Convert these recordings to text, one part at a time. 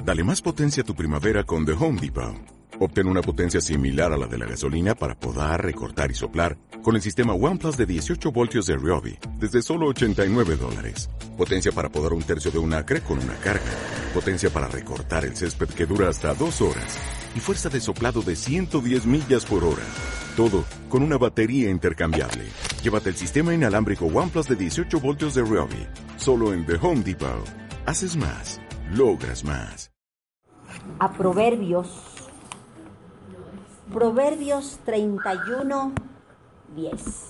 Dale más potencia a tu primavera con The Home Depot. Obtén una potencia similar a la de la gasolina para podar, recortar y soplar con el sistema OnePlus de 18 voltios de Ryobi desde solo $89. Potencia para podar un tercio de un acre con una carga. Potencia para recortar el césped que dura hasta 2 horas. Y fuerza de soplado de 110 millas por hora. Todo con una batería intercambiable. Llévate el sistema inalámbrico OnePlus de 18 voltios de Ryobi. Solo en The Home Depot. Haces más. Logras más. A Proverbios 31:10.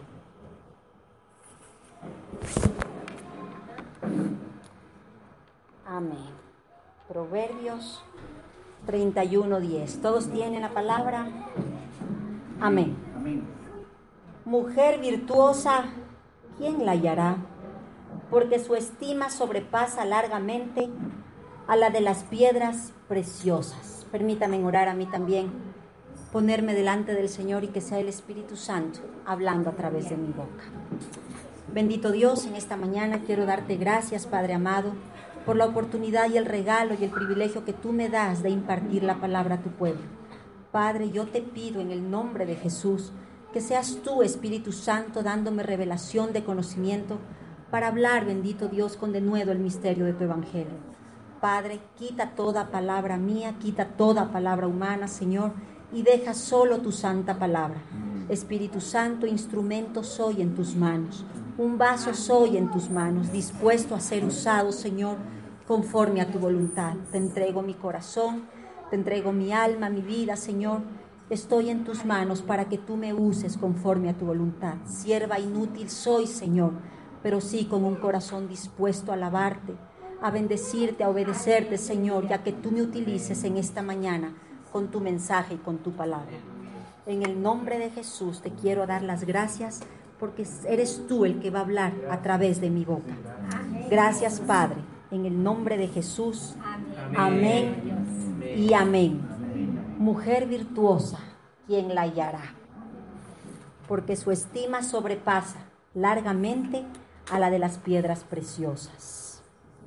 Amén. Proverbios 31:10. ¿Todos tienen la palabra? Amén. Mujer virtuosa, ¿quién la hallará? Porque su estima sobrepasa largamente a la de las piedras preciosas. Permítame orar a mí también, ponerme delante del Señor y que sea el Espíritu Santo hablando a través de mi boca. Bendito Dios, en esta mañana quiero darte gracias, Padre amado, por la oportunidad y el regalo y el privilegio que tú me das de impartir la palabra a tu pueblo. Padre, yo te pido en el nombre de Jesús que seas tú, Espíritu Santo, dándome revelación de conocimiento para hablar, bendito Dios, con denuedo el misterio de tu evangelio. Padre, quita toda palabra mía, quita toda palabra humana, Señor, y deja solo tu santa palabra. Espíritu Santo, instrumento soy en tus manos, un vaso soy en tus manos, dispuesto a ser usado, Señor, conforme a tu voluntad. Te entrego mi corazón, te entrego mi alma, mi vida, Señor. Estoy en tus manos para que tú me uses conforme a tu voluntad. Sierva inútil soy, Señor, pero sí con un corazón dispuesto a alabarte, a bendecirte, a obedecerte, Señor, ya que tú me utilices en esta mañana con tu mensaje y con tu palabra. En el nombre de Jesús te quiero dar las gracias porque eres tú el que va a hablar a través de mi boca. Gracias, Padre, en el nombre de Jesús. Amén y amén. Mujer virtuosa, ¿quién la hallará? Porque su estima sobrepasa largamente a la de las piedras preciosas.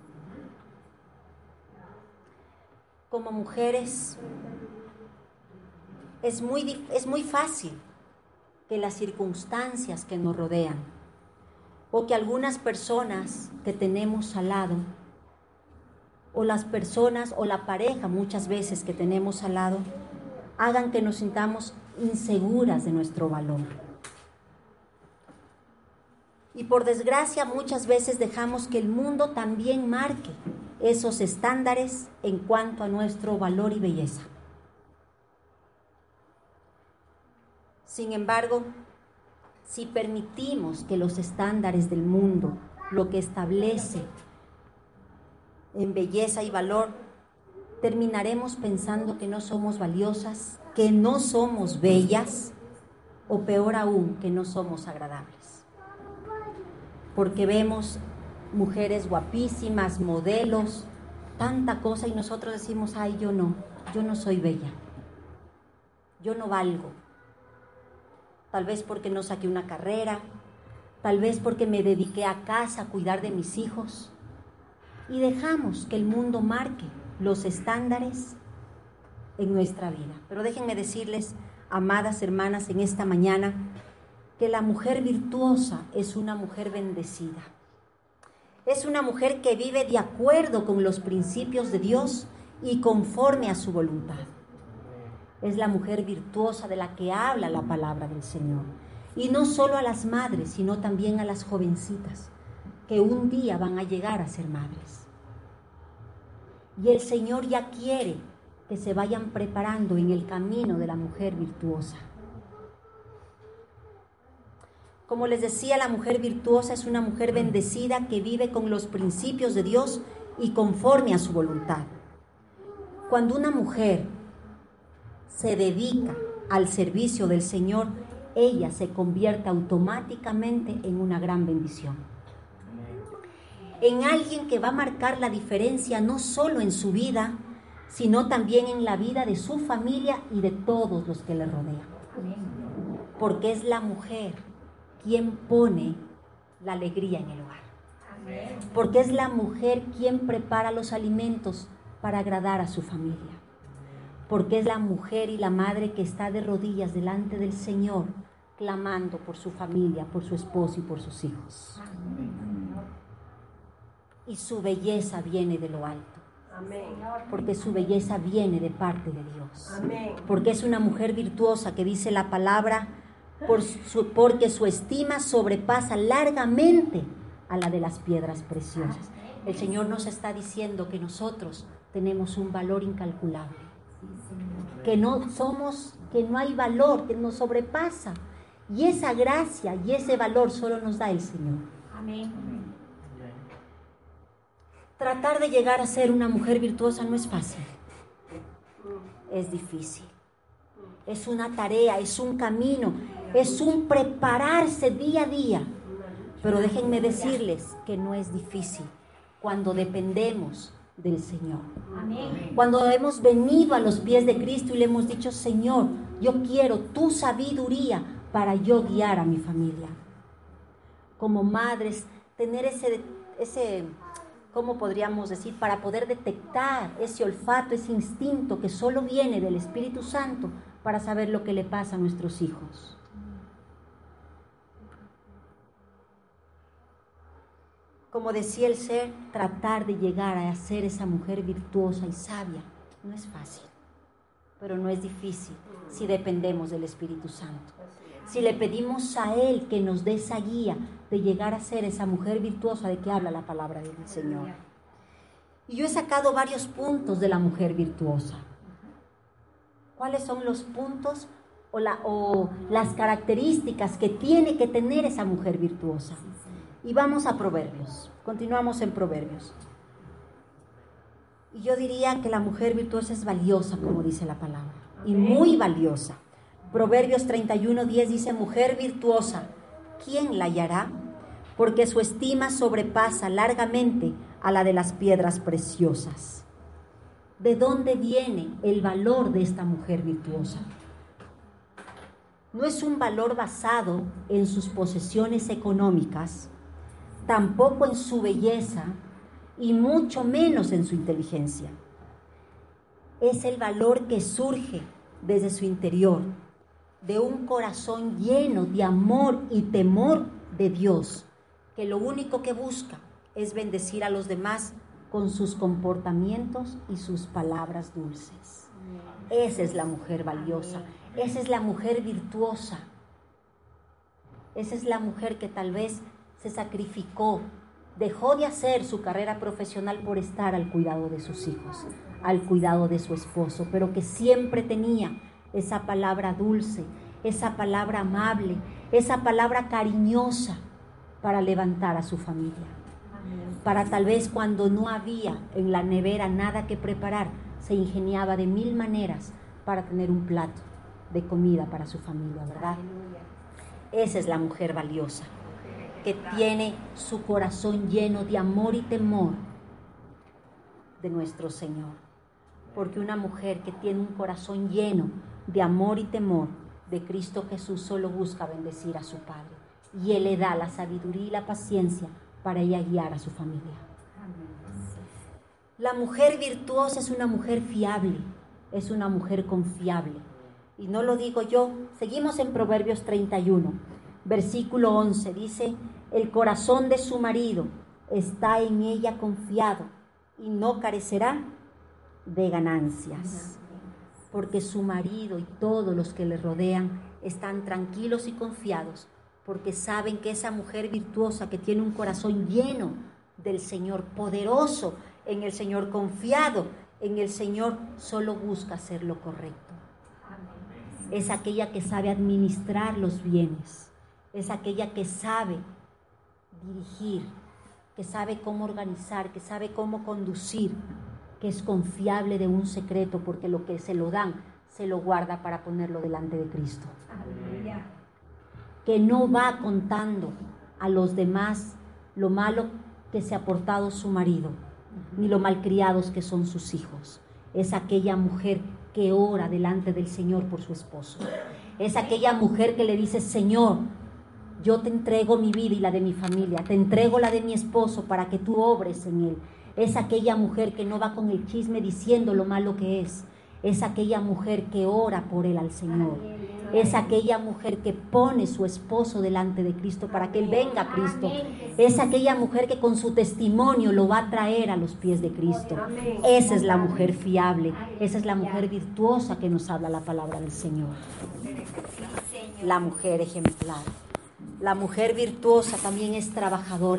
Como mujeres, es muy fácil que las circunstancias que nos rodean o que algunas personas que tenemos al lado o las personas o la pareja muchas veces que tenemos al lado hagan que nos sintamos inseguras de nuestro valor. Y por desgracia muchas veces dejamos que el mundo también marque esos estándares en cuanto a nuestro valor y belleza. Sin embargo, si permitimos que los estándares del mundo, lo que establece en belleza y valor, terminaremos pensando que no somos valiosas, que no somos bellas, o peor aún, que no somos agradables. Porque vemos mujeres guapísimas, modelos, tanta cosa, y nosotros decimos, ay, yo no soy bella, yo no valgo. Tal vez porque no saqué una carrera, tal vez porque me dediqué a casa a cuidar de mis hijos, y dejamos que el mundo marque los estándares en nuestra vida. Pero déjenme decirles, amadas hermanas, en esta mañana, que la mujer virtuosa es una mujer bendecida. Es una mujer que vive de acuerdo con los principios de Dios y conforme a su voluntad. Es la mujer virtuosa de la que habla la palabra del Señor. Y no solo a las madres, sino también a las jovencitas, que un día van a llegar a ser madres. Y el Señor ya quiere que se vayan preparando en el camino de la mujer virtuosa. Como les decía, la mujer virtuosa es una mujer bendecida que vive con los principios de Dios y conforme a su voluntad. Cuando una mujer se dedica al servicio del Señor, ella se convierte automáticamente en una gran bendición. En alguien que va a marcar la diferencia no solo en su vida, sino también en la vida de su familia y de todos los que le rodean. Porque es la mujer quien pone la alegría en el hogar. Porque es la mujer quien prepara los alimentos para agradar a su familia. Porque es la mujer y la madre que está de rodillas delante del Señor, clamando por su familia, por su esposo y por sus hijos. Y su belleza viene de lo alto. Porque su belleza viene de parte de Dios. Porque es una mujer virtuosa, que dice la palabra, porque su estima sobrepasa largamente a la de las piedras preciosas. El Señor nos está diciendo que nosotros tenemos un valor incalculable. Que no hay valor, que nos sobrepasa. Y esa gracia y ese valor solo nos da el Señor. Amén. Tratar de llegar a ser una mujer virtuosa no es fácil. Es difícil. Es una tarea, es un camino, es un prepararse día a día. Pero déjenme decirles que no es difícil cuando dependemos del Señor. Amén. Cuando hemos venido a los pies de Cristo y le hemos dicho: Señor, yo quiero tu sabiduría para yo guiar a mi familia. Como madres, tener ese, ¿cómo podríamos decir? Para poder detectar ese olfato, ese instinto que solo viene del Espíritu Santo para saber lo que le pasa a nuestros hijos. Como decía el ser, tratar de llegar a ser esa mujer virtuosa y sabia no es fácil, pero no es difícil si dependemos del Espíritu Santo. Si le pedimos a Él que nos dé esa guía de llegar a ser esa mujer virtuosa de que habla la palabra del Señor. Y yo he sacado varios puntos de la mujer virtuosa. ¿Cuáles son los puntos o las características que tiene que tener esa mujer virtuosa? Y vamos a Proverbios. Continuamos en Proverbios. Y yo diría que la mujer virtuosa es valiosa, como dice la palabra. Y muy valiosa. Proverbios 31:10 dice: mujer virtuosa, ¿quién la hallará? Porque su estima sobrepasa largamente a la de las piedras preciosas. ¿De dónde viene el valor de esta mujer virtuosa? No es un valor basado en sus posesiones económicas, tampoco en su belleza y mucho menos en su inteligencia. Es el valor que surge desde su interior, de un corazón lleno de amor y temor de Dios, que lo único que busca es bendecir a los demás con sus comportamientos y sus palabras dulces. Esa es la mujer valiosa, esa es la mujer virtuosa, esa es la mujer que tal vez se sacrificó, dejó de hacer su carrera profesional por estar al cuidado de sus hijos, al cuidado de su esposo, pero que siempre tenía esa palabra dulce, esa palabra amable, esa palabra cariñosa para levantar a su familia. Para tal vez cuando no había en la nevera nada que preparar, se ingeniaba de 1000 maneras para tener un plato de comida para su familia, ¿verdad? Esa es la mujer valiosa, que tiene su corazón lleno de amor y temor de nuestro Señor. Porque una mujer que tiene un corazón lleno de amor y temor de Cristo Jesús solo busca bendecir a su Padre. Y Él le da la sabiduría y la paciencia para ella guiar a su familia. La mujer virtuosa es una mujer fiable, es una mujer confiable. Y no lo digo yo, seguimos en Proverbios 31, versículo 11, dice: el corazón de su marido está en ella confiado y no carecerá de ganancias. Porque su marido y todos los que le rodean están tranquilos y confiados, porque saben que esa mujer virtuosa que tiene un corazón lleno del Señor, poderoso en el Señor, confiado en el Señor, solo busca hacer lo correcto. Es aquella que sabe administrar los bienes, es aquella que sabe dirigir, que sabe cómo organizar, que sabe cómo conducir, que es confiable de un secreto, porque lo que se lo dan, se lo guarda para ponerlo delante de Cristo. Que no va contando a los demás lo malo que se ha portado su marido, ni lo malcriados que son sus hijos. Es aquella mujer que ora delante del Señor por su esposo. Es aquella mujer que le dice: Señor, yo te entrego mi vida y la de mi familia, te entrego la de mi esposo para que tú obres en él. Es aquella mujer que no va con el chisme diciendo lo malo que es. Es aquella mujer que ora por él al Señor. Es aquella mujer que pone su esposo delante de Cristo para que él venga a Cristo. Es aquella mujer que con su testimonio lo va a traer a los pies de Cristo. Esa es la mujer fiable. Esa es la mujer virtuosa que nos habla la palabra del Señor. La mujer ejemplar. La mujer virtuosa también es trabajadora.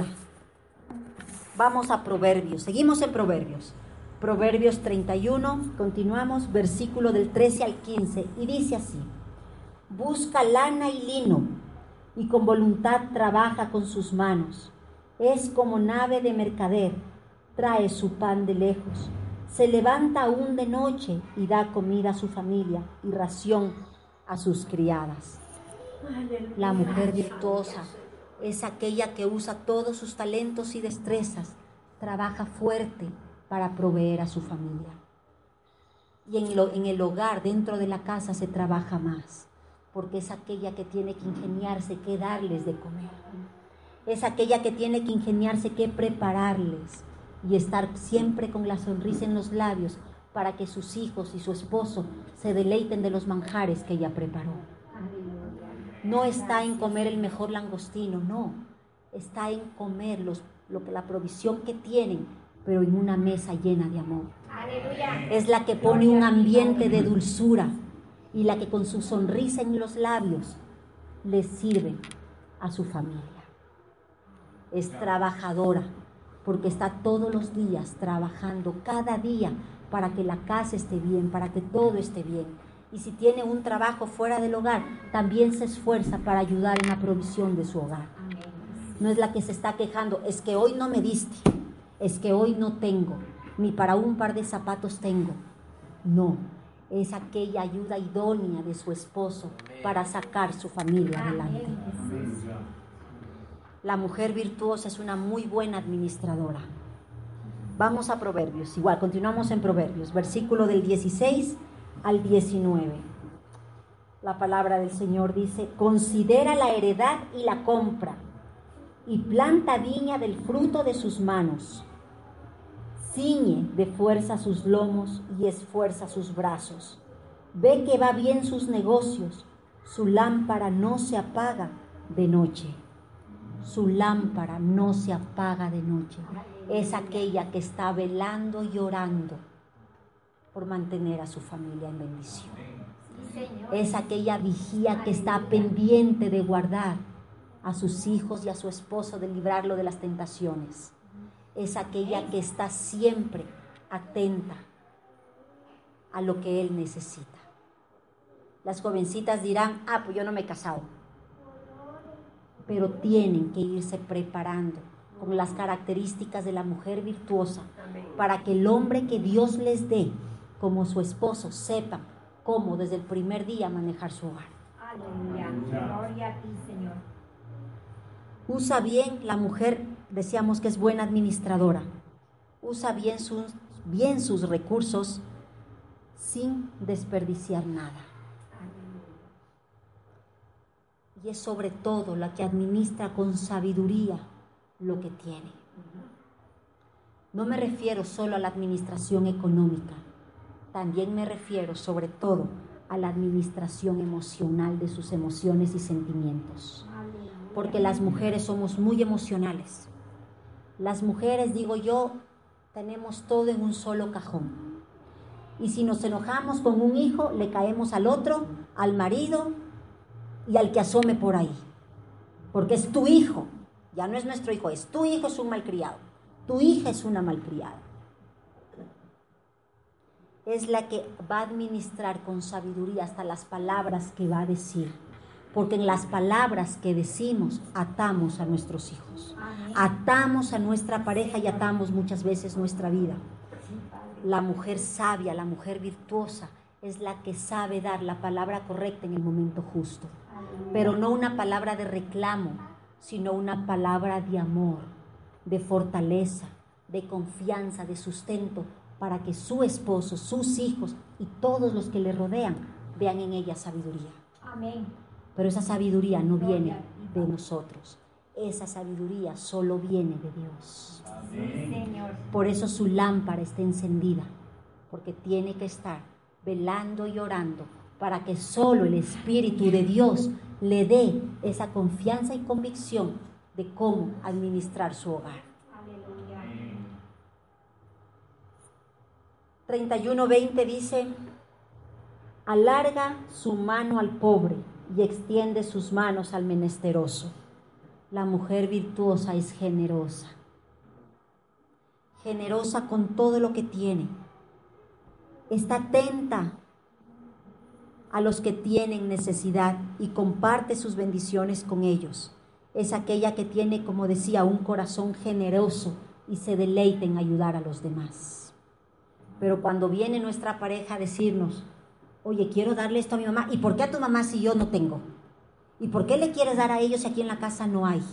Vamos a Proverbios. Seguimos en Proverbios. Proverbios 31, continuamos, versículo del 13 al 15, y dice así: busca lana y lino, y con voluntad trabaja con sus manos. Es como nave de mercader, trae su pan de lejos. Se levanta aún de noche y da comida a su familia y ración a sus criadas. La mujer virtuosa es aquella que usa todos sus talentos y destrezas, trabaja fuerte para proveer a su familia. Y en el hogar, dentro de la casa, se trabaja más, porque es aquella que tiene que ingeniarse qué darles de comer. Es aquella que tiene que ingeniarse qué prepararles y estar siempre con la sonrisa en los labios para que sus hijos y su esposo se deleiten de los manjares que ella preparó. No está en comer el mejor langostino, no. Está en comer la provisión que tienen, pero en una mesa llena de amor. Aleluya. Es la que pone un ambiente de dulzura y la que con su sonrisa en los labios le sirve a su familia. Es trabajadora porque está todos los días trabajando, cada día, para que la casa esté bien, para que todo esté bien. Y si tiene un trabajo fuera del hogar, también se esfuerza para ayudar en la provisión de su hogar. No es la que se está quejando, es que hoy no me diste, es que hoy no tengo, ni para un par de zapatos tengo. No, es aquella ayuda idónea de su esposo para sacar su familia adelante. La mujer virtuosa es una muy buena administradora. Vamos a Proverbios, igual, continuamos en Proverbios, versículo del 16 al 19. La palabra del Señor dice: considera la heredad y la compra, y planta viña del fruto de sus manos. Ciñe de fuerza sus lomos y esfuerza sus brazos. Ve que va bien sus negocios, su lámpara no se apaga de noche. Su lámpara no se apaga de noche. Es aquella que está velando y orando por mantener a su familia en bendición. Es aquella vigía que está pendiente de guardar a sus hijos y a su esposo, de librarlo de las tentaciones. Es aquella que está siempre atenta a lo que él necesita. Las jovencitas dirán: pues yo no me he casado. Pero tienen que irse preparando con las características de la mujer virtuosa para que el hombre que Dios les dé como su esposo sepa cómo desde el primer día manejar su hogar. Aleluya. Gloria a ti, Señor. Usa bien la mujer, decíamos que es buena administradora. Usa bien sus recursos sin desperdiciar nada. Y es sobre todo la que administra con sabiduría lo que tiene. No me refiero solo a la administración económica, también me refiero sobre todo a la administración emocional de sus emociones y sentimientos. Porque las mujeres somos muy emocionales. Las mujeres, digo yo, tenemos todo en un solo cajón. Y si nos enojamos con un hijo, le caemos al otro, al marido y al que asome por ahí. Porque es tu hijo, ya no es nuestro hijo, es tu hijo, es un malcriado. Tu hija es una malcriada. Es la que va a administrar con sabiduría hasta las palabras que va a decir. Porque en las palabras que decimos atamos a nuestros hijos. Amén. Atamos a nuestra pareja y atamos muchas veces nuestra vida. La mujer sabia, la mujer virtuosa es la que sabe dar la palabra correcta en el momento justo. Pero no una palabra de reclamo, sino una palabra de amor, de fortaleza, de confianza, de sustento, para que su esposo, sus hijos y todos los que le rodean vean en ella sabiduría. Amén. Pero esa sabiduría no viene de nosotros. esa sabiduría solo viene de Dios. Amén. Señor. Por eso su lámpara está encendida, porque tiene que estar velando y orando para que solo el Espíritu de Dios le dé esa confianza y convicción de cómo administrar su hogar. Aleluya. 31:20 dice: alarga su mano al pobre y extiende sus manos al menesteroso. La mujer virtuosa es generosa. Generosa con todo lo que tiene. Está atenta a los que tienen necesidad y comparte sus bendiciones con ellos. Es aquella que tiene, como decía, un corazón generoso y se deleita en ayudar a los demás. Pero cuando viene nuestra pareja a decirnos: oye, quiero darle esto a mi mamá, ¿y por qué a tu mamá si yo no tengo? ¿Y por qué le quieres dar a ellos si aquí en la casa no hay?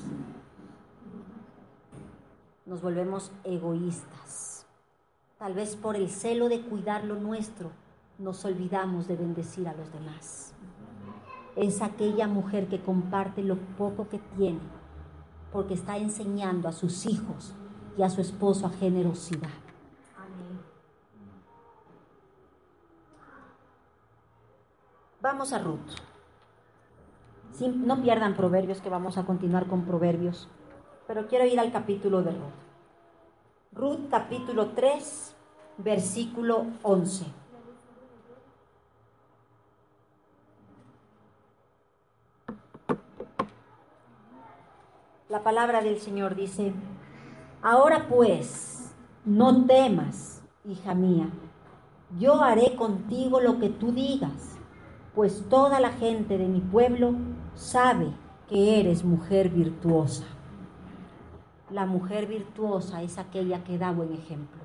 Nos volvemos egoístas. Tal vez por el celo de cuidar lo nuestro, nos olvidamos de bendecir a los demás. Es aquella mujer que comparte lo poco que tiene, porque está enseñando a sus hijos y a su esposo a generosidad. Amén. Vamos a Ruth. No pierdan Proverbios, que vamos a continuar con Proverbios, pero quiero ir al capítulo de Ruth. Ruth capítulo 3, versículo 11. La palabra del Señor dice: ahora pues, no temas, hija mía, yo haré contigo lo que tú digas, pues toda la gente de mi pueblo sabe que eres mujer virtuosa. La mujer virtuosa es aquella que da buen ejemplo.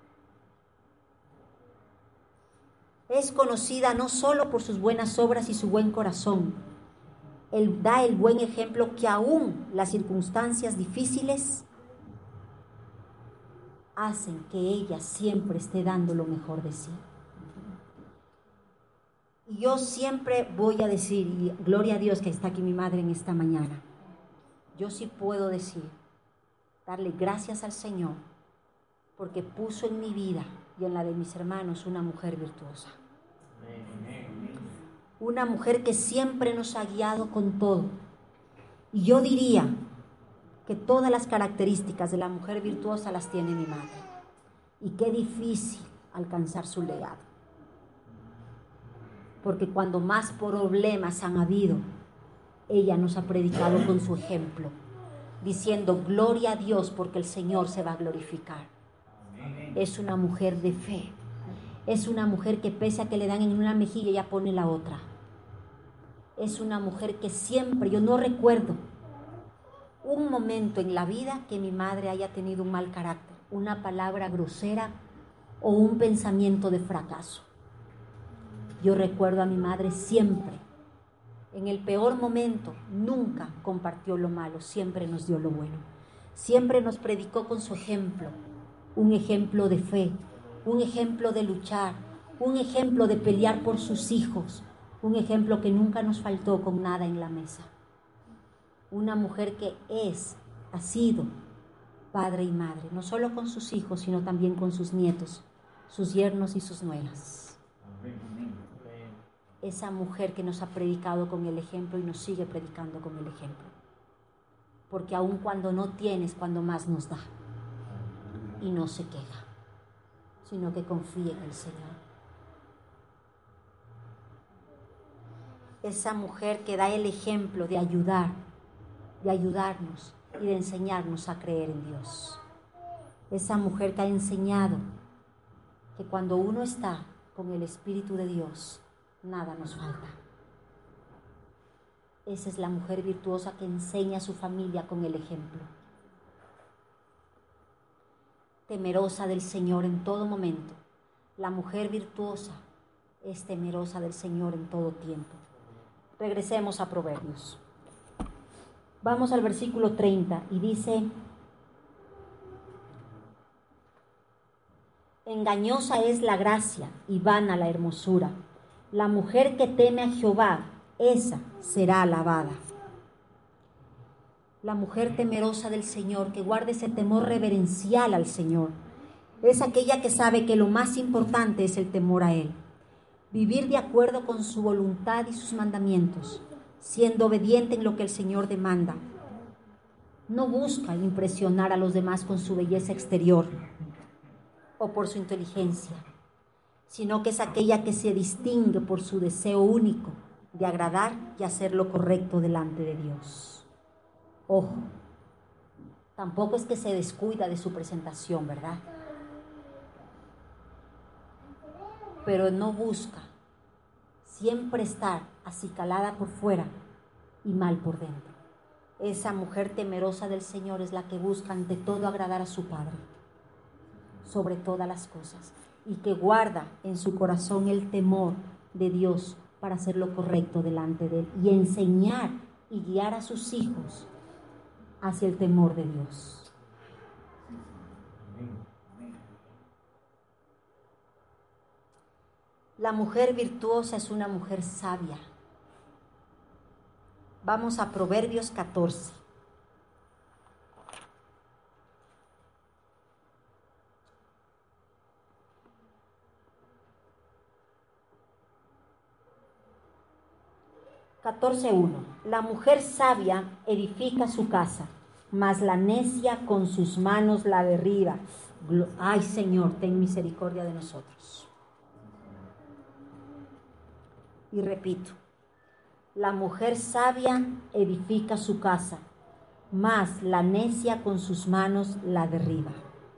Es conocida no solo por sus buenas obras y su buen corazón. Él da el buen ejemplo que aún las circunstancias difíciles hacen que ella siempre esté dando lo mejor de sí. Y yo siempre voy a decir, y gloria a Dios que está aquí mi madre en esta mañana, yo sí puedo decir, darle gracias al Señor, porque puso en mi vida y en la de mis hermanos una mujer virtuosa. Una mujer que siempre nos ha guiado con todo. Y yo diría que todas las características de la mujer virtuosa las tiene mi madre. Y qué difícil alcanzar su legado. Porque cuando más problemas han habido, ella nos ha predicado con su ejemplo, diciendo: gloria a Dios porque el Señor se va a glorificar. Es una mujer de fe. Es una mujer que pese a que le dan en una mejilla, ella pone la otra. Es una mujer que siempre, yo no recuerdo un momento en la vida que mi madre haya tenido un mal carácter, una palabra grosera o un pensamiento de fracaso. Yo recuerdo a mi madre siempre, en el peor momento, nunca compartió lo malo, siempre nos dio lo bueno. Siempre nos predicó con su ejemplo, un ejemplo de fe, un ejemplo de luchar, un ejemplo de pelear por sus hijos, un ejemplo que nunca nos faltó con nada en la mesa. Una mujer que ha sido padre y madre, no solo con sus hijos, sino también con sus nietos, sus yernos y sus nueras. Esa mujer que nos ha predicado con el ejemplo y nos sigue predicando con el ejemplo. Porque aun cuando no tienes, cuando más nos da. Y no se queja, sino que confía en el Señor. Esa mujer que da el ejemplo de ayudar, de ayudarnos y de enseñarnos a creer en Dios. Esa mujer que ha enseñado que cuando uno está con el Espíritu de Dios, nada nos falta. Esa es la mujer virtuosa que enseña a su familia con el ejemplo. Temerosa del Señor en todo momento. La mujer virtuosa es temerosa del Señor en todo tiempo. Regresemos a Proverbios. Vamos al versículo 30 y dice: engañosa es la gracia y vana la hermosura. La mujer que teme a Jehová, esa será alabada. La mujer temerosa del Señor, que guarda ese temor reverencial al Señor, es aquella que sabe que lo más importante es el temor a Él. Vivir de acuerdo con su voluntad y sus mandamientos, siendo obediente en lo que el Señor demanda. No busca impresionar a los demás con su belleza exterior o por su inteligencia, sino que es aquella que se distingue por su deseo único de agradar y hacer lo correcto delante de Dios. Ojo, tampoco es que se descuida de su presentación, ¿verdad? Pero no busca siempre estar acicalada por fuera y mal por dentro. Esa mujer temerosa del Señor es la que busca ante todo agradar a su Padre, sobre todas las cosas, y que guarda en su corazón el temor de Dios para hacer lo correcto delante de Él y enseñar y guiar a sus hijos hacia el temor de Dios. La mujer virtuosa es una mujer sabia. Vamos a Proverbios 14. La mujer sabia edifica su casa, mas la necia con sus manos la derriba. Ay, Señor, ten misericordia de nosotros. Y repito, la mujer sabia edifica su casa, mas la necia con sus manos la derriba.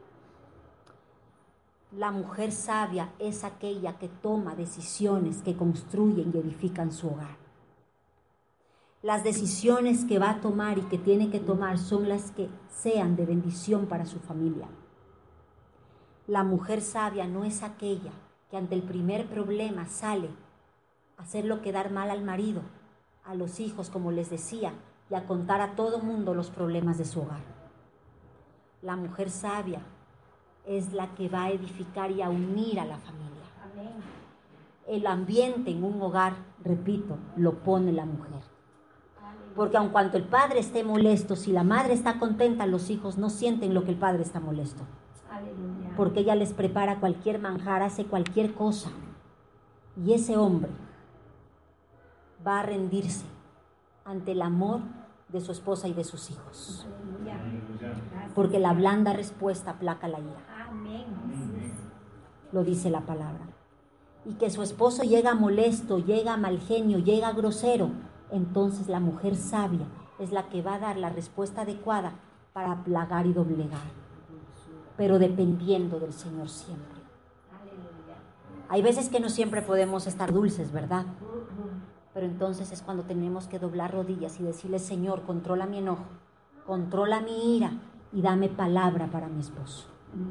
La mujer sabia es aquella que toma decisiones que construyen y edifican su hogar. Las decisiones que va a tomar y que tiene que tomar son las que sean de bendición para su familia. La mujer sabia no es aquella que ante el primer problema sale a hacerlo quedar mal al marido, a los hijos, como les decía, y a contar a todo mundo los problemas de su hogar. La mujer sabia es la que va a edificar y a unir a la familia. Amén. El ambiente en un hogar, repito, lo pone la mujer. Porque aun cuando el padre esté molesto, si la madre está contenta, los hijos no sienten lo que el padre está molesto. Aleluya. Porque ella les prepara cualquier manjar, hace cualquier cosa. Y ese hombre va a rendirse ante el amor de su esposa y de sus hijos. Aleluya. Porque la blanda respuesta aplaca la ira. Amén. Lo dice la palabra. Y que su esposo llega molesto, llega mal genio, llega grosero, entonces la mujer sabia es la que va a dar la respuesta adecuada para aplagar y doblegar, pero dependiendo del Señor siempre. Hay veces que no siempre podemos estar dulces, ¿verdad? Pero entonces es cuando tenemos que doblar rodillas y decirle: Señor, controla mi enojo, controla mi ira y dame palabra para mi esposo.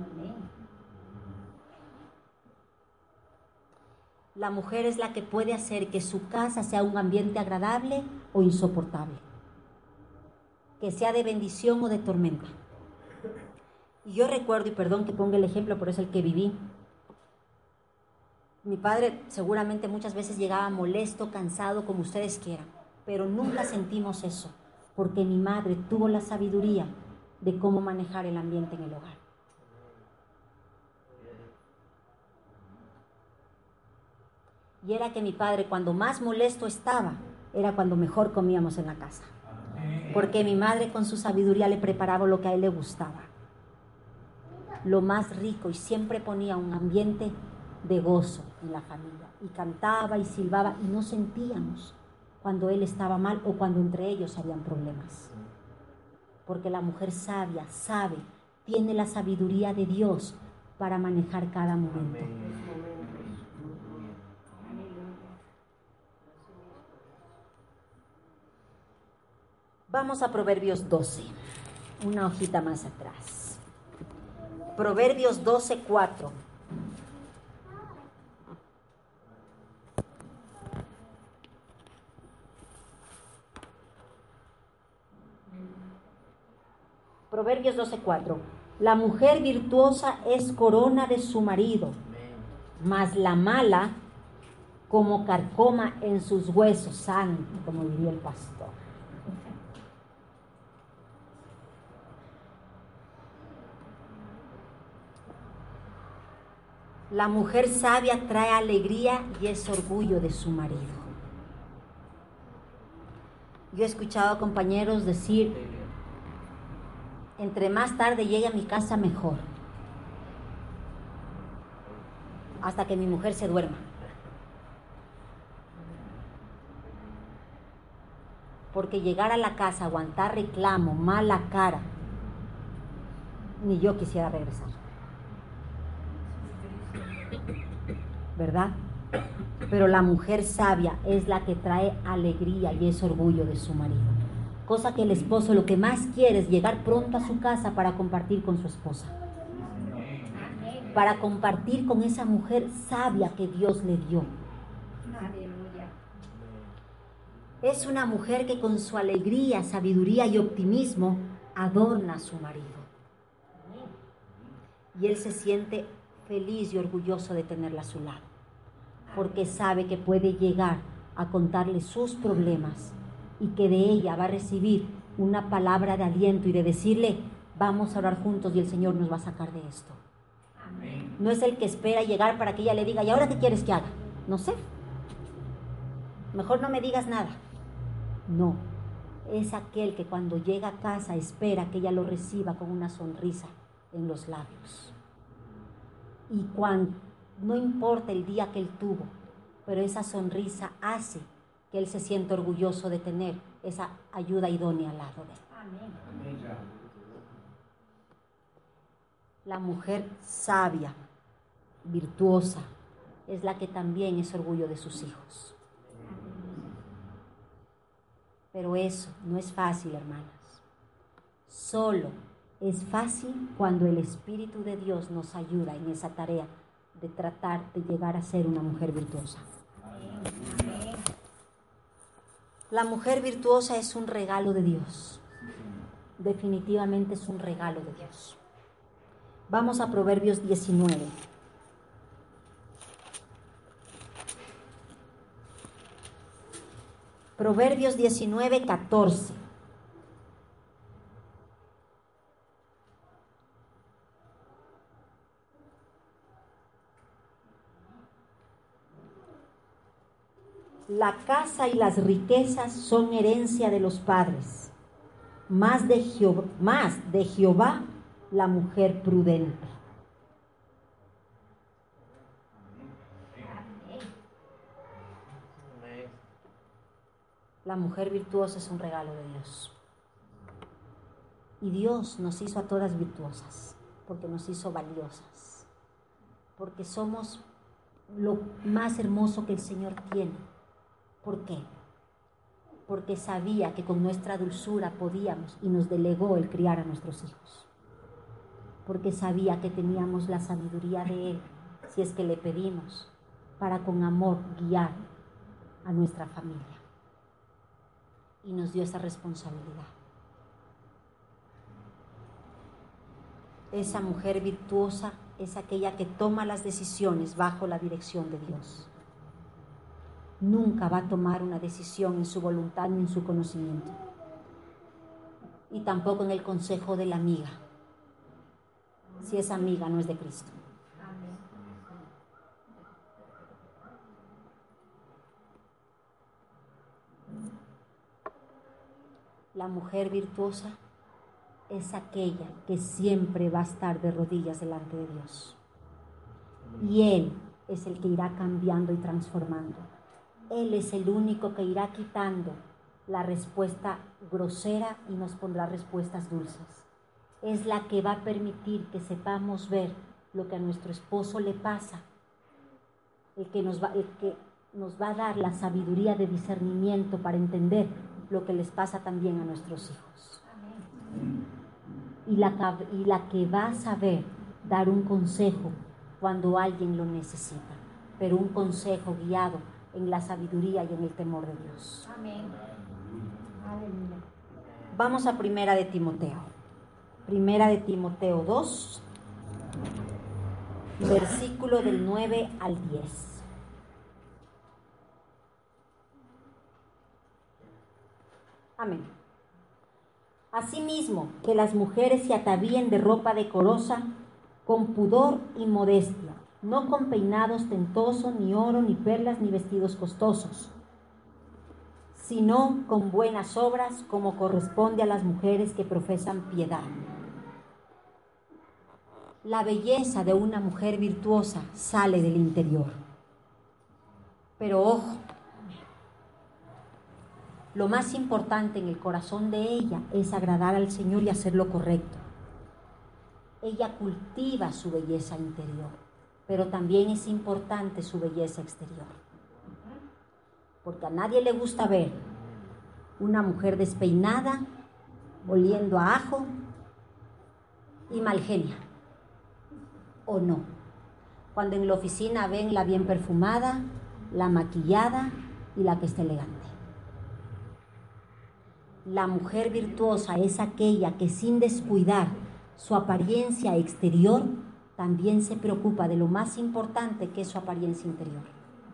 La mujer es la que puede hacer que su casa sea un ambiente agradable o insoportable, que sea de bendición o de tormenta. Y yo recuerdo, y perdón que ponga el ejemplo, pero es el que viví. Mi padre seguramente muchas veces llegaba molesto, cansado, como ustedes quieran, pero nunca sentimos eso, porque mi madre tuvo la sabiduría de cómo manejar el ambiente en el hogar. Y era que mi padre, cuando más molesto estaba, era cuando mejor comíamos en la casa. Porque mi madre con su sabiduría le preparaba lo que a él le gustaba, lo más rico, y siempre ponía un ambiente de gozo en la familia. Y cantaba y silbaba y no sentíamos cuando él estaba mal o cuando entre ellos habían problemas. Porque la mujer sabia sabe, tiene la sabiduría de Dios para manejar cada momento. Vamos a Proverbios 12, una hojita más atrás. Proverbios 12, 4. Proverbios 12, 4. La mujer virtuosa es corona de su marido, mas la mala como carcoma en sus huesos, santo, como diría el pastor. La mujer sabia trae alegría y es orgullo de su marido. Yo he escuchado a compañeros decir, entre más tarde llegue a mi casa mejor, hasta que mi mujer se duerma. Porque llegar a la casa, aguantar reclamo, mala cara, ni yo quisiera regresar. ¿Verdad? Pero la mujer sabia es la que trae alegría y es orgullo de su marido. Cosa que el esposo lo que más quiere es llegar pronto a su casa para compartir con su esposa. Para compartir con esa mujer sabia que Dios le dio. Aleluya. Es una mujer que con su alegría, sabiduría y optimismo adorna a su marido. Y él se siente feliz y orgulloso de tenerla a su lado, porque sabe que puede llegar a contarle sus problemas y que de ella va a recibir una palabra de aliento y de decirle, vamos a orar juntos y el Señor nos va a sacar de esto. Amén. No es el que espera llegar para que ella le diga, ¿y ahora qué quieres que haga? No sé. Mejor no me digas nada. No, es aquel que cuando llega a casa espera que ella lo reciba con una sonrisa en los labios. Y cuando, no importa el día que él tuvo, pero esa sonrisa hace que él se sienta orgulloso de tener esa ayuda idónea al lado de él. Amén. La mujer sabia, virtuosa, es la que también es orgullo de sus hijos. Pero eso no es fácil, hermanas. Solo es fácil cuando el Espíritu de Dios nos ayuda en esa tarea de tratar de llegar a ser una mujer virtuosa. Amén. La mujer virtuosa es un regalo de Dios. Definitivamente es un regalo de Dios. Vamos a Proverbios 19. Proverbios 19, 14. La casa y las riquezas son herencia de los padres, más de Jehová la mujer prudente. La mujer virtuosa es un regalo de Dios. Y Dios nos hizo a todas virtuosas, porque nos hizo valiosas, porque somos lo más hermoso que el Señor tiene. ¿Por qué? Porque sabía que con nuestra dulzura podíamos y nos delegó el criar a nuestros hijos. Porque sabía que teníamos la sabiduría de Él, si es que le pedimos, para con amor guiar a nuestra familia. Y nos dio esa responsabilidad. Esa mujer virtuosa es aquella que toma las decisiones bajo la dirección de Dios. Nunca va a tomar una decisión en su voluntad ni en su conocimiento. Y tampoco en el consejo de la amiga, si esa amiga no es de Cristo. Amén. La mujer virtuosa es aquella que siempre va a estar de rodillas delante de Dios. Y Él es el que irá cambiando y transformando. Él es el único que irá quitando la respuesta grosera y nos pondrá respuestas dulces. Es la que va a permitir que sepamos ver lo que a nuestro esposo le pasa. El que nos va a dar la sabiduría de discernimiento para entender lo que les pasa también a nuestros hijos. Y la que va a saber dar un consejo cuando alguien lo necesita, pero un consejo guiado en la sabiduría y en el temor de Dios. Amén. Aleluya. Vamos a Primera de Timoteo. Primera de Timoteo 2, versículo del 9 al 10. Amén. Asimismo, que las mujeres se atavíen de ropa decorosa, con pudor y modestia, no con peinado ostentoso, ni oro, ni perlas, ni vestidos costosos, sino con buenas obras, como corresponde a las mujeres que profesan piedad. La belleza de una mujer virtuosa sale del interior. Pero ojo, lo más importante en el corazón de ella es agradar al Señor y hacer lo correcto. Ella cultiva su belleza interior, pero también es importante su belleza exterior. Porque a nadie le gusta ver una mujer despeinada, oliendo a ajo y mal genia. ¿O no? Cuando en la oficina ven la bien perfumada, la maquillada y la que está elegante. La mujer virtuosa es aquella que, sin descuidar su apariencia exterior, también se preocupa de lo más importante, que es su apariencia interior.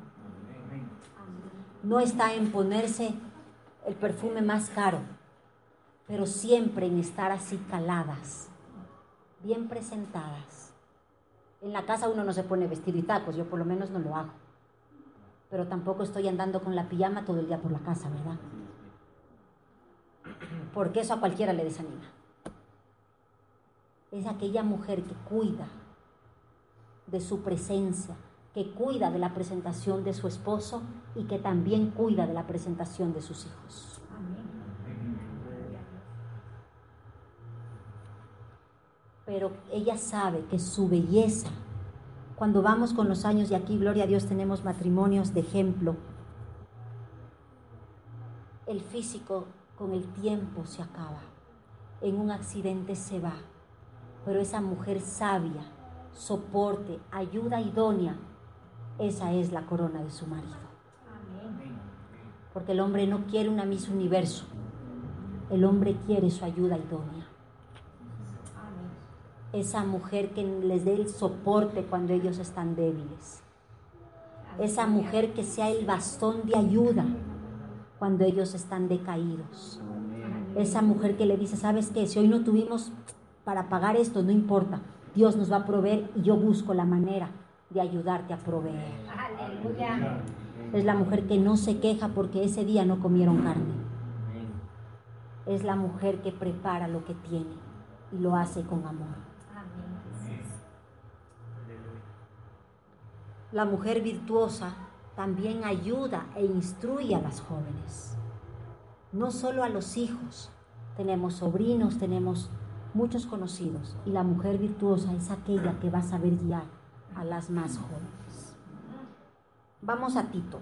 No está en ponerse el perfume más caro, pero siempre en estar así caladas, bien presentadas. En la casa uno no se pone vestido y tacos, yo por lo menos no lo hago. Pero tampoco estoy andando con la pijama todo el día por la casa, ¿verdad? Porque eso a cualquiera le desanima. Es aquella mujer que cuida de su presencia, que cuida de la presentación de su esposo y que también cuida de la presentación de sus hijos. Pero ella sabe que su belleza, cuando vamos con los años, y aquí, gloria a Dios, tenemos matrimonios de ejemplo, el físico con el tiempo se acaba, en un accidente se va, pero esa mujer sabia, soporte, ayuda idónea, esa es la corona de su marido. Porque el hombre no quiere una Miss Universo, el hombre quiere su ayuda idónea. Esa mujer que les dé el soporte cuando ellos están débiles. Esa mujer que sea el bastón de ayuda cuando ellos están decaídos. Esa mujer que le dice, ¿sabes qué? Si hoy no tuvimos para pagar esto, no importa. Dios nos va a proveer y yo busco la manera de ayudarte a proveer. Aleluya. Es la mujer que no se queja porque ese día no comieron carne. Es la mujer que prepara lo que tiene y lo hace con amor. La mujer virtuosa también ayuda e instruye a las jóvenes. No solo a los hijos. Tenemos sobrinos, tenemos muchos conocidos. Y la mujer virtuosa es aquella que va a saber guiar a las más jóvenes. Vamos a Tito.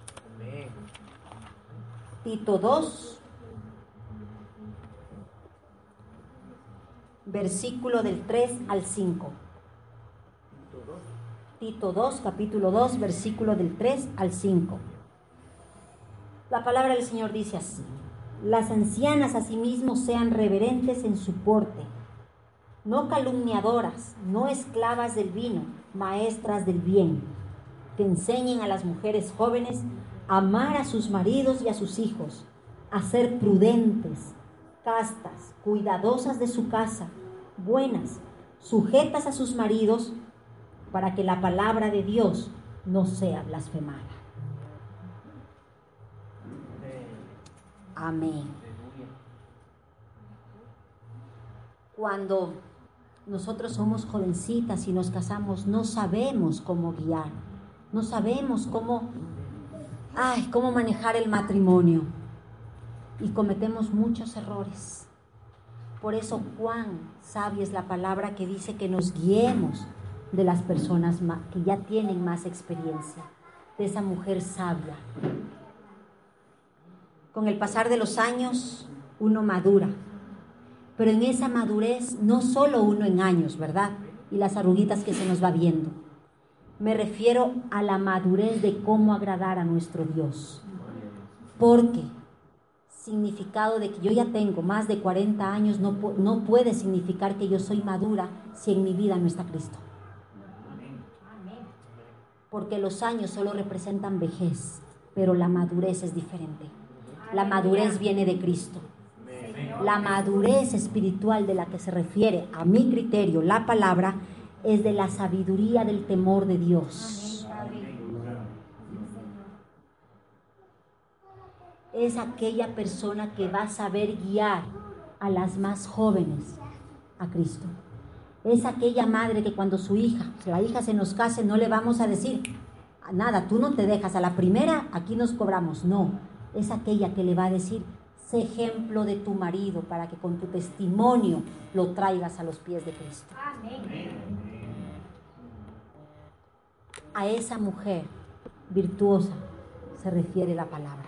Tito 2, versículo del 3 al 5. Tito 2, capítulo 2, versículo del 3 al 5. La palabra del Señor dice así: las ancianas asimismo sean reverentes en su porte, no calumniadoras, no esclavas del vino, maestras del bien, que enseñen a las mujeres jóvenes a amar a sus maridos y a sus hijos, a ser prudentes, castas, cuidadosas de su casa, buenas, sujetas a sus maridos, para que la palabra de Dios no sea blasfemada. Amén. Cuando nosotros somos jovencitas y nos casamos, no sabemos cómo guiar, no sabemos cómo manejar el matrimonio y cometemos muchos errores. Por eso cuán sabia es la palabra que dice que nos guiemos de las personas que ya tienen más experiencia, de esa mujer sabia. Con el pasar de los años, uno madura, pero en esa madurez, no solo uno en años, ¿verdad? Y las arruguitas que se nos va viendo. Me refiero a la madurez de cómo agradar a nuestro Dios. Porque significado de que yo ya tengo más de 40 años no puede significar que yo soy madura si en mi vida no está Cristo. Porque los años solo representan vejez, pero la madurez es diferente. La madurez viene de Cristo. La madurez espiritual de la que se refiere, a mi criterio, la palabra, es de la sabiduría del temor de Dios. Es aquella persona que va a saber guiar a las más jóvenes a Cristo. Es aquella madre que cuando su hija, si la hija se nos case, no le vamos a decir nada, tú no te dejas, a la primera aquí nos cobramos. No, es aquella que le va a decir, sé ejemplo de tu marido para que con tu testimonio lo traigas a los pies de Cristo. A esa mujer virtuosa se refiere la palabra.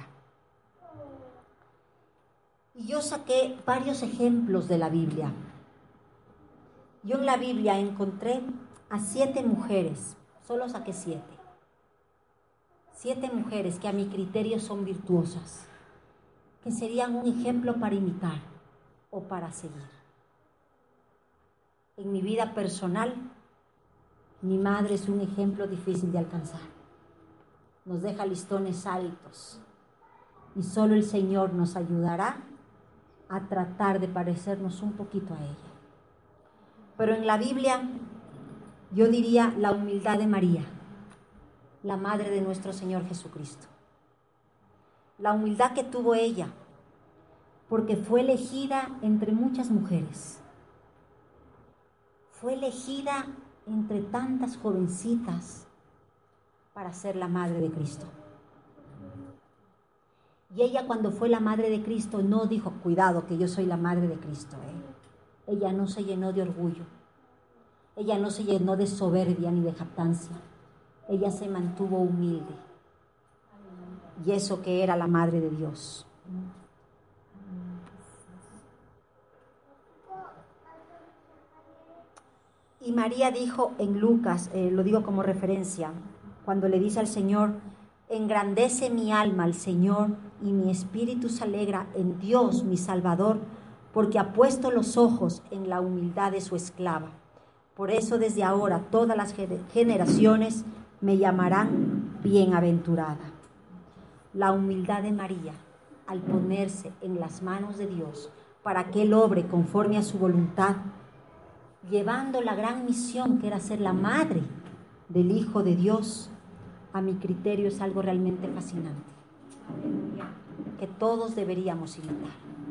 Y yo saqué varios ejemplos de la Biblia. Yo en la Biblia encontré a 7 mujeres, solo saqué 7. 7 mujeres que a mi criterio son virtuosas, que serían un ejemplo para imitar o para seguir. En mi vida personal, mi madre es un ejemplo difícil de alcanzar. Nos deja listones altos y solo el Señor nos ayudará a tratar de parecernos un poquito a ella. Pero en la Biblia, yo diría la humildad de María, la madre de nuestro Señor Jesucristo. La humildad que tuvo ella, porque fue elegida entre muchas mujeres. Fue elegida entre tantas jovencitas para ser la madre de Cristo. Y ella, cuando fue la madre de Cristo, no dijo, cuidado que yo soy la madre de Cristo. Ella no se llenó de orgullo. Ella no se llenó de soberbia ni de jactancia. Ella se mantuvo humilde. Y eso que era la madre de Dios. Y María dijo en Lucas, lo digo como referencia, cuando le dice al Señor, engrandece mi alma al Señor y mi espíritu se alegra en Dios mi Salvador, porque ha puesto los ojos en la humildad de su esclava. Por eso desde ahora todas las generaciones me llamarán bienaventurada. La humildad de María, al ponerse en las manos de Dios para que Él obre conforme a su voluntad, llevando la gran misión que era ser la madre del Hijo de Dios, a mi criterio es algo realmente fascinante, que todos deberíamos imitar.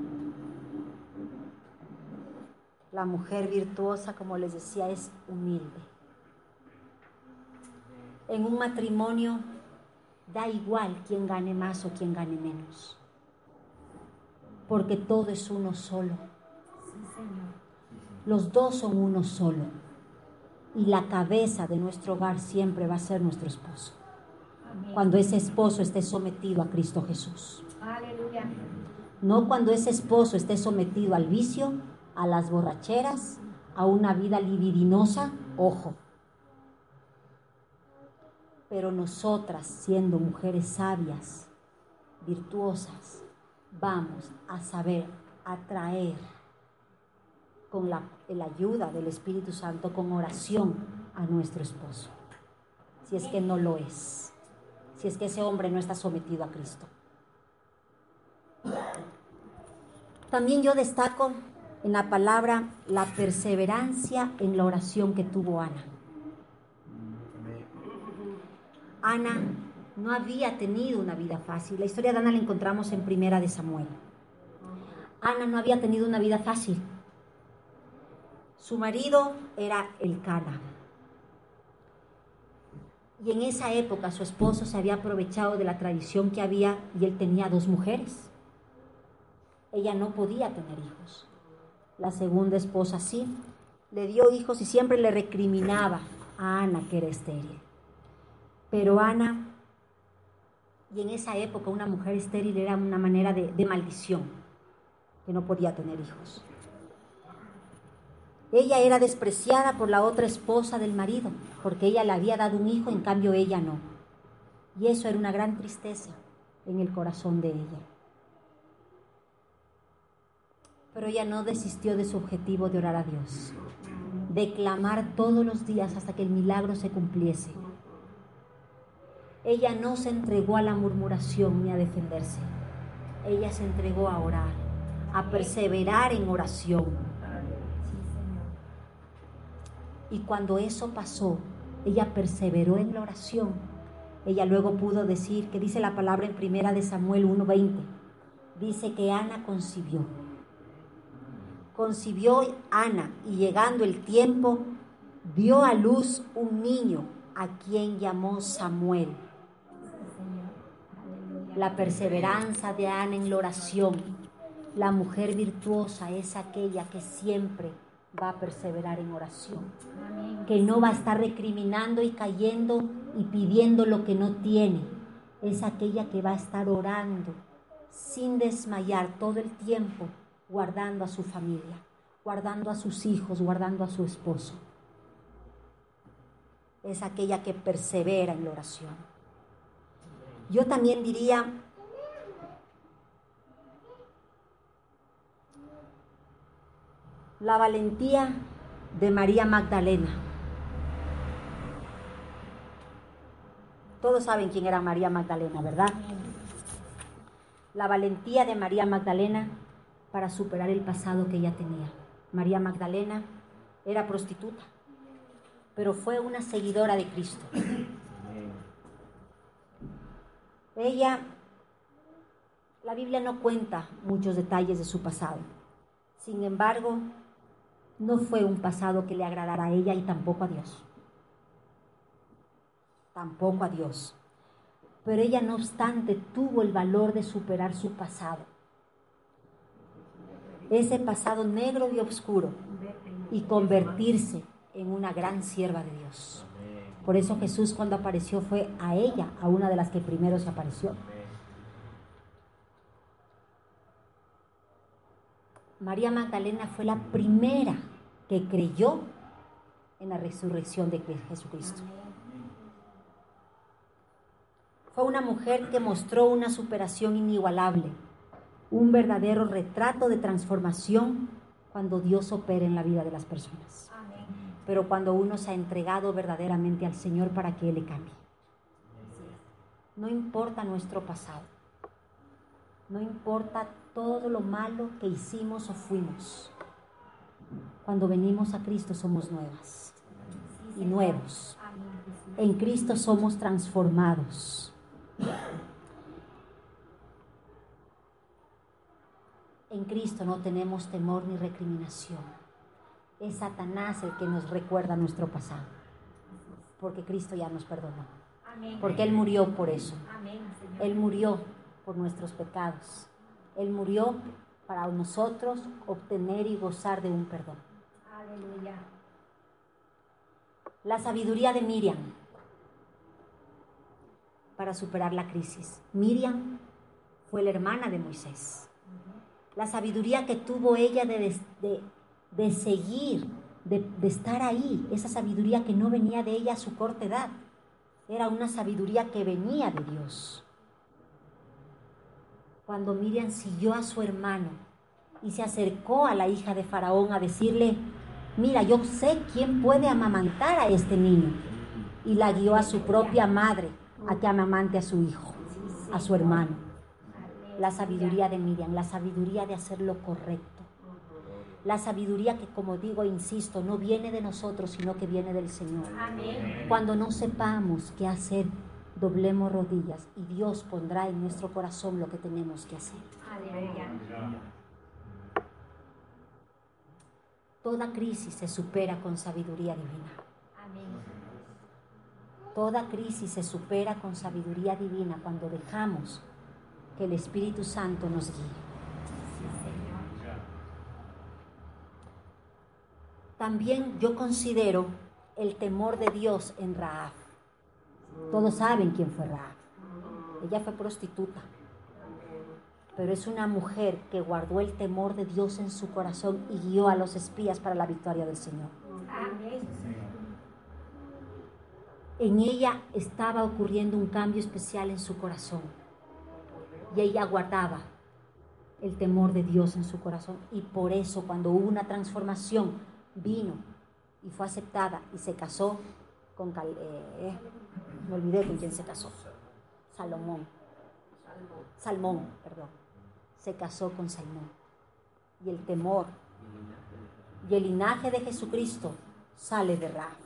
La mujer virtuosa, como les decía, es humilde. En un matrimonio da igual quién gane más o quién gane menos, porque todo es uno solo. Los dos son uno solo. Y la cabeza de nuestro hogar siempre va a ser nuestro esposo. Cuando ese esposo esté sometido a Cristo Jesús. Aleluya. No cuando ese esposo esté sometido al vicio, a las borracheras, a una vida libidinosa, ojo. Pero nosotras, siendo mujeres sabias, virtuosas, vamos a saber atraer con la ayuda del Espíritu Santo, con oración a nuestro esposo. Si es que no lo es. Si es que ese hombre no está sometido a Cristo. También yo destaco en la palabra la perseverancia en la oración que tuvo Ana. Ana no había tenido una vida fácil. La historia de Ana la encontramos en Primera de Samuel. Ana no había tenido una vida fácil. Su marido era Elcana. Y en esa época su esposo se había aprovechado de la tradición que había y él tenía 2 mujeres. Ella no podía tener hijos. La segunda esposa sí, le dio hijos y siempre le recriminaba a Ana que era estéril. Pero Ana, y en esa época una mujer estéril era una manera de maldición, que no podía tener hijos. Ella era despreciada por la otra esposa del marido, porque ella le había dado un hijo, en cambio ella no. Y eso era una gran tristeza en el corazón de ella. Pero ella no desistió de su objetivo de orar a Dios, de clamar todos los días hasta que el milagro se cumpliese. Ella no se entregó a la murmuración ni a defenderse. Ella se entregó a orar, a perseverar en oración. Y cuando eso pasó, ella perseveró en la oración. Ella luego pudo decir, que dice la palabra en 1 Samuel 1:20, dice que Ana concibió. Concibió Ana y llegando el tiempo, dio a luz un niño a quien llamó Samuel. La perseverancia de Ana en la oración. La mujer virtuosa es aquella que siempre va a perseverar en oración. Que no va a estar recriminando y cayendo y pidiendo lo que no tiene. Es aquella que va a estar orando sin desmayar todo el tiempo, guardando a su familia, guardando a sus hijos, guardando a su esposo. Es aquella que persevera en la oración. Yo también diría, la valentía de María Magdalena. Todos saben quién era María Magdalena, ¿verdad? La valentía de María Magdalena para superar el pasado que ella tenía. María Magdalena era prostituta, pero fue una seguidora de Cristo. Ella, la Biblia no cuenta muchos detalles de su pasado. Sin embargo, no fue un pasado que le agradara a ella y tampoco a Dios. Tampoco a Dios. Pero ella, no obstante, tuvo el valor de superar su pasado. Ese pasado negro y oscuro, y convertirse en una gran sierva de Dios. Por eso Jesús, cuando apareció, fue a ella, a una de las que primero se apareció. María Magdalena fue la primera que creyó en la resurrección de Jesucristo. Fue una mujer que mostró una superación inigualable, un verdadero retrato de transformación cuando Dios opera en la vida de las personas. Pero cuando uno se ha entregado verdaderamente al Señor para que Él le cambie. No importa nuestro pasado, no importa todo lo malo que hicimos o fuimos. Cuando venimos a Cristo somos nuevas y nuevos. En Cristo somos transformados. En Cristo no tenemos temor ni recriminación. Es Satanás el que nos recuerda nuestro pasado, porque Cristo ya nos perdonó. Porque Él murió por eso. Él murió por nuestros pecados. Él murió para nosotros obtener y gozar de un perdón. Aleluya. La sabiduría de Miriam para superar la crisis. Miriam fue la hermana de Moisés. La sabiduría que tuvo ella de seguir, de estar ahí, esa sabiduría que no venía de ella a su corta edad, era una sabiduría que venía de Dios. Cuando Miriam siguió a su hermano y se acercó a la hija de Faraón a decirle, mira, yo sé quién puede amamantar a este niño, y la guió a su propia madre a que amamante a su hijo, a su hermano. La sabiduría de Miriam, la sabiduría de hacer lo correcto. La sabiduría que, como digo, insisto, no viene de nosotros, sino que viene del Señor. Amén. Cuando no sepamos qué hacer, doblemos rodillas y Dios pondrá en nuestro corazón lo que tenemos que hacer. Aleluya. Toda crisis se supera con sabiduría divina. Amén. Toda crisis se supera con sabiduría divina cuando dejamos que el Espíritu Santo nos guíe. También yo considero el temor de Dios en Rahab. Todos saben quién fue Rahab. Ella fue prostituta, pero es una mujer que guardó el temor de Dios en su corazón y guió a los espías para la victoria del Señor. Amén. En ella estaba ocurriendo un cambio especial en su corazón. Y ella guardaba el temor de Dios en su corazón. Y por eso, cuando hubo una transformación, vino y fue aceptada y se casó con me olvidé con quién se casó. Salmón, perdón. Se casó con Salmón. Y el temor y el linaje de Jesucristo sale de Rahab.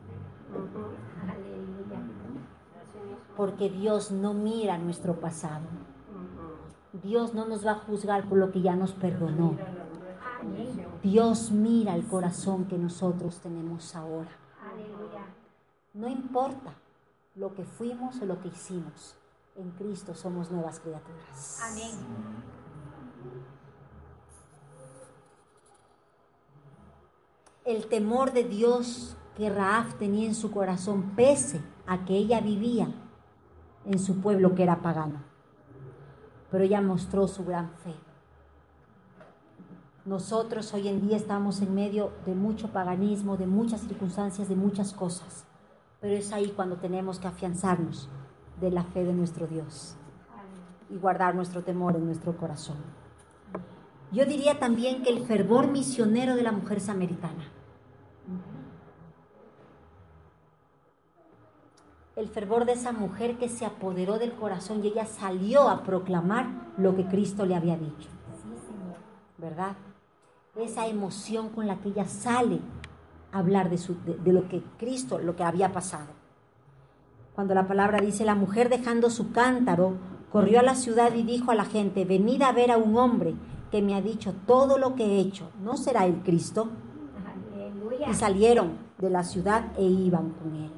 Aleluya. Porque Dios no mira nuestro pasado. Dios no nos va a juzgar por lo que ya nos perdonó. Amén. Dios mira el corazón que nosotros tenemos ahora. Aleluya. No importa lo que fuimos o lo que hicimos. En Cristo somos nuevas criaturas. Amén. El temor de Dios que Rahab tenía en su corazón, pese a que ella vivía en su pueblo que era pagano. Pero ella mostró su gran fe. Nosotros hoy en día estamos en medio de mucho paganismo, de muchas circunstancias, de muchas cosas. Pero es ahí cuando tenemos que afianzarnos de la fe de nuestro Dios y guardar nuestro temor en nuestro corazón. Yo diría también que el fervor misionero de la mujer samaritana. El fervor de esa mujer que se apoderó del corazón y ella salió a proclamar lo que Cristo le había dicho. ¿Verdad? Esa emoción con la que ella sale a hablar de lo que Cristo, lo que había pasado. Cuando la palabra dice, la mujer dejando su cántaro, corrió a la ciudad y dijo a la gente, venid a ver a un hombre que me ha dicho todo lo que he hecho. ¿No será el Cristo? Aleluya. Y salieron de la ciudad e iban con él.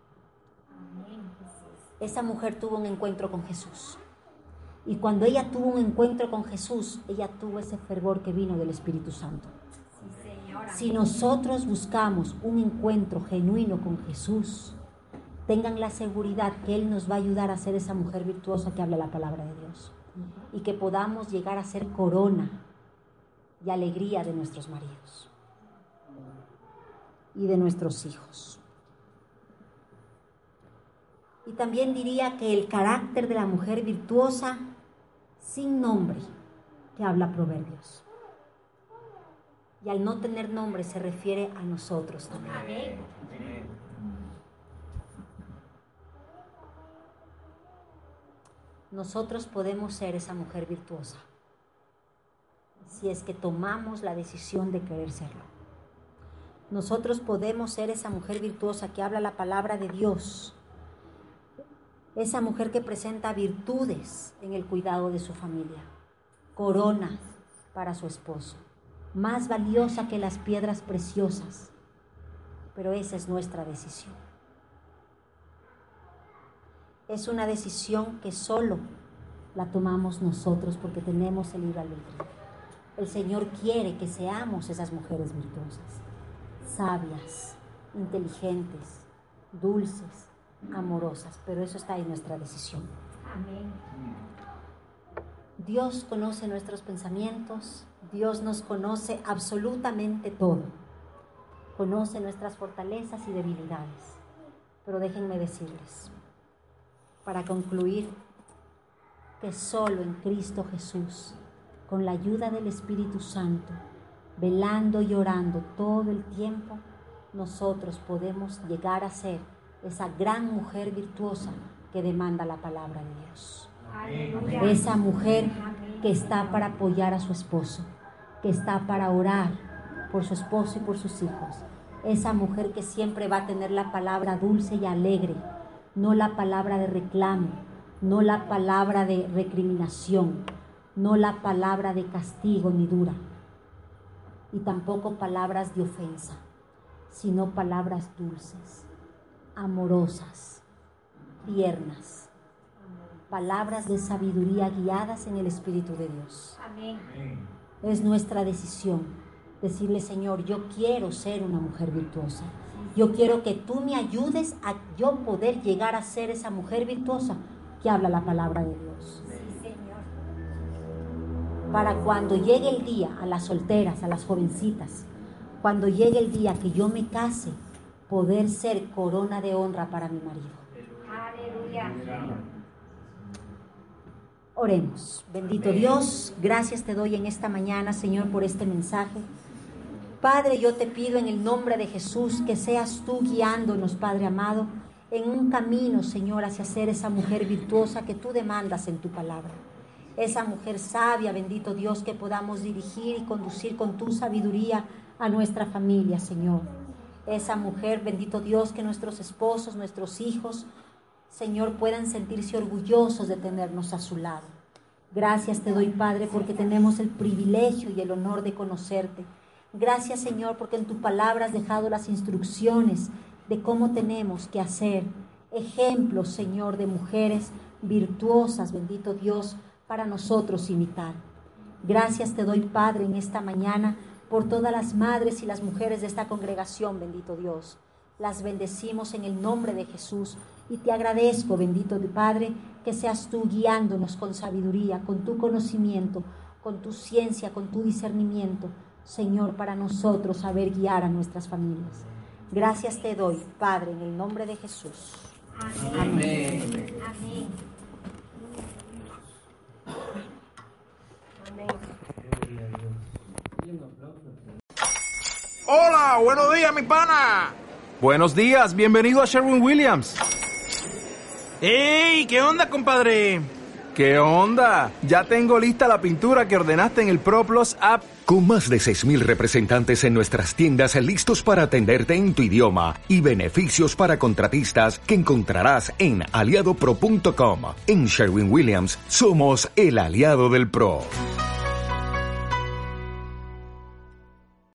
Esa mujer tuvo un encuentro con Jesús. Y cuando ella tuvo un encuentro con Jesús, ella tuvo ese fervor que vino del Espíritu Santo. Sí, Señora. Si nosotros buscamos un encuentro genuino con Jesús, tengan la seguridad que Él nos va a ayudar a ser esa mujer virtuosa que habla la palabra de Dios. Y que podamos llegar a ser corona y alegría de nuestros maridos y de nuestros hijos. Y también diría que el carácter de la mujer virtuosa sin nombre que habla Proverbios. Y al no tener nombre se refiere a nosotros también. Amén. Nosotros podemos ser esa mujer virtuosa si es que tomamos la decisión de querer serlo. Nosotros podemos ser esa mujer virtuosa que habla la palabra de Dios. Esa mujer que presenta virtudes en el cuidado de su familia, corona para su esposo, más valiosa que las piedras preciosas, pero esa es nuestra decisión. Es una decisión que solo la tomamos nosotros porque tenemos el libre albedrío. El Señor quiere que seamos esas mujeres virtuosas, sabias, inteligentes, dulces, amorosas, pero eso está en nuestra decisión. Amén. Dios conoce nuestros pensamientos, Dios nos conoce absolutamente todo, conoce nuestras fortalezas y debilidades, pero déjenme decirles, para concluir, que solo en Cristo Jesús, con la ayuda del Espíritu Santo, velando y orando todo el tiempo, nosotros podemos llegar a ser esa gran mujer virtuosa que demanda la palabra de Dios. Aleluya. Esa mujer que está para apoyar a su esposo, que está para orar por su esposo y por sus hijos. Esa mujer que siempre va a tener la palabra dulce y alegre, no la palabra de reclamo, no la palabra de recriminación, no la palabra de castigo ni dura, y tampoco palabras de ofensa, sino palabras dulces, amorosas, tiernas, palabras de sabiduría guiadas en el Espíritu de Dios. Amén. Es nuestra decisión decirle, Señor, yo quiero ser una mujer virtuosa. Yo quiero que tú me ayudes a yo poder llegar a ser esa mujer virtuosa que habla la palabra de Dios. Sí, Señor. Para cuando llegue el día, a las solteras, a las jovencitas, cuando llegue el día que yo me case, poder ser corona de honra para mi marido. Aleluya. Oremos. Bendito Dios, gracias te doy en esta mañana, Señor, por este mensaje. Padre, yo te pido en el nombre de Jesús que seas tú guiándonos, Padre amado, en un camino, Señor, hacia ser esa mujer virtuosa que tú demandas en tu palabra. Esa mujer sabia, bendito Dios, que podamos dirigir y conducir con tu sabiduría a nuestra familia, Señor. esa mujer, bendito Dios, que nuestros esposos, nuestros hijos, Señor, puedan sentirse orgullosos de tenernos a su lado. Gracias te doy, Padre, porque tenemos el privilegio y el honor de conocerte. Gracias, Señor, porque en tu palabra has dejado las instrucciones de cómo tenemos que hacer. Ejemplos, Señor, de mujeres virtuosas, bendito Dios, para nosotros imitar. Gracias te doy, Padre, en esta mañana por todas las madres y las mujeres de esta congregación, bendito Dios. Las bendecimos en el nombre de Jesús y te agradezco, bendito Padre, que seas tú guiándonos con sabiduría, con tu conocimiento, con tu ciencia, con tu discernimiento, Señor, para nosotros saber guiar a nuestras familias. Gracias te doy, Padre, en el nombre de Jesús. Amén. Amén. Amén. Amén. Hola, buenos días, mi pana. Buenos días, bienvenido a Sherwin-Williams. ¡Ey! ¿Qué onda, compadre? ¿Qué onda? Ya tengo lista la pintura que ordenaste en el ProPlus app. Con más de 6,000 representantes en nuestras tiendas listos para atenderte en tu idioma y beneficios para contratistas que encontrarás en aliadopro.com. En Sherwin-Williams somos el aliado del pro.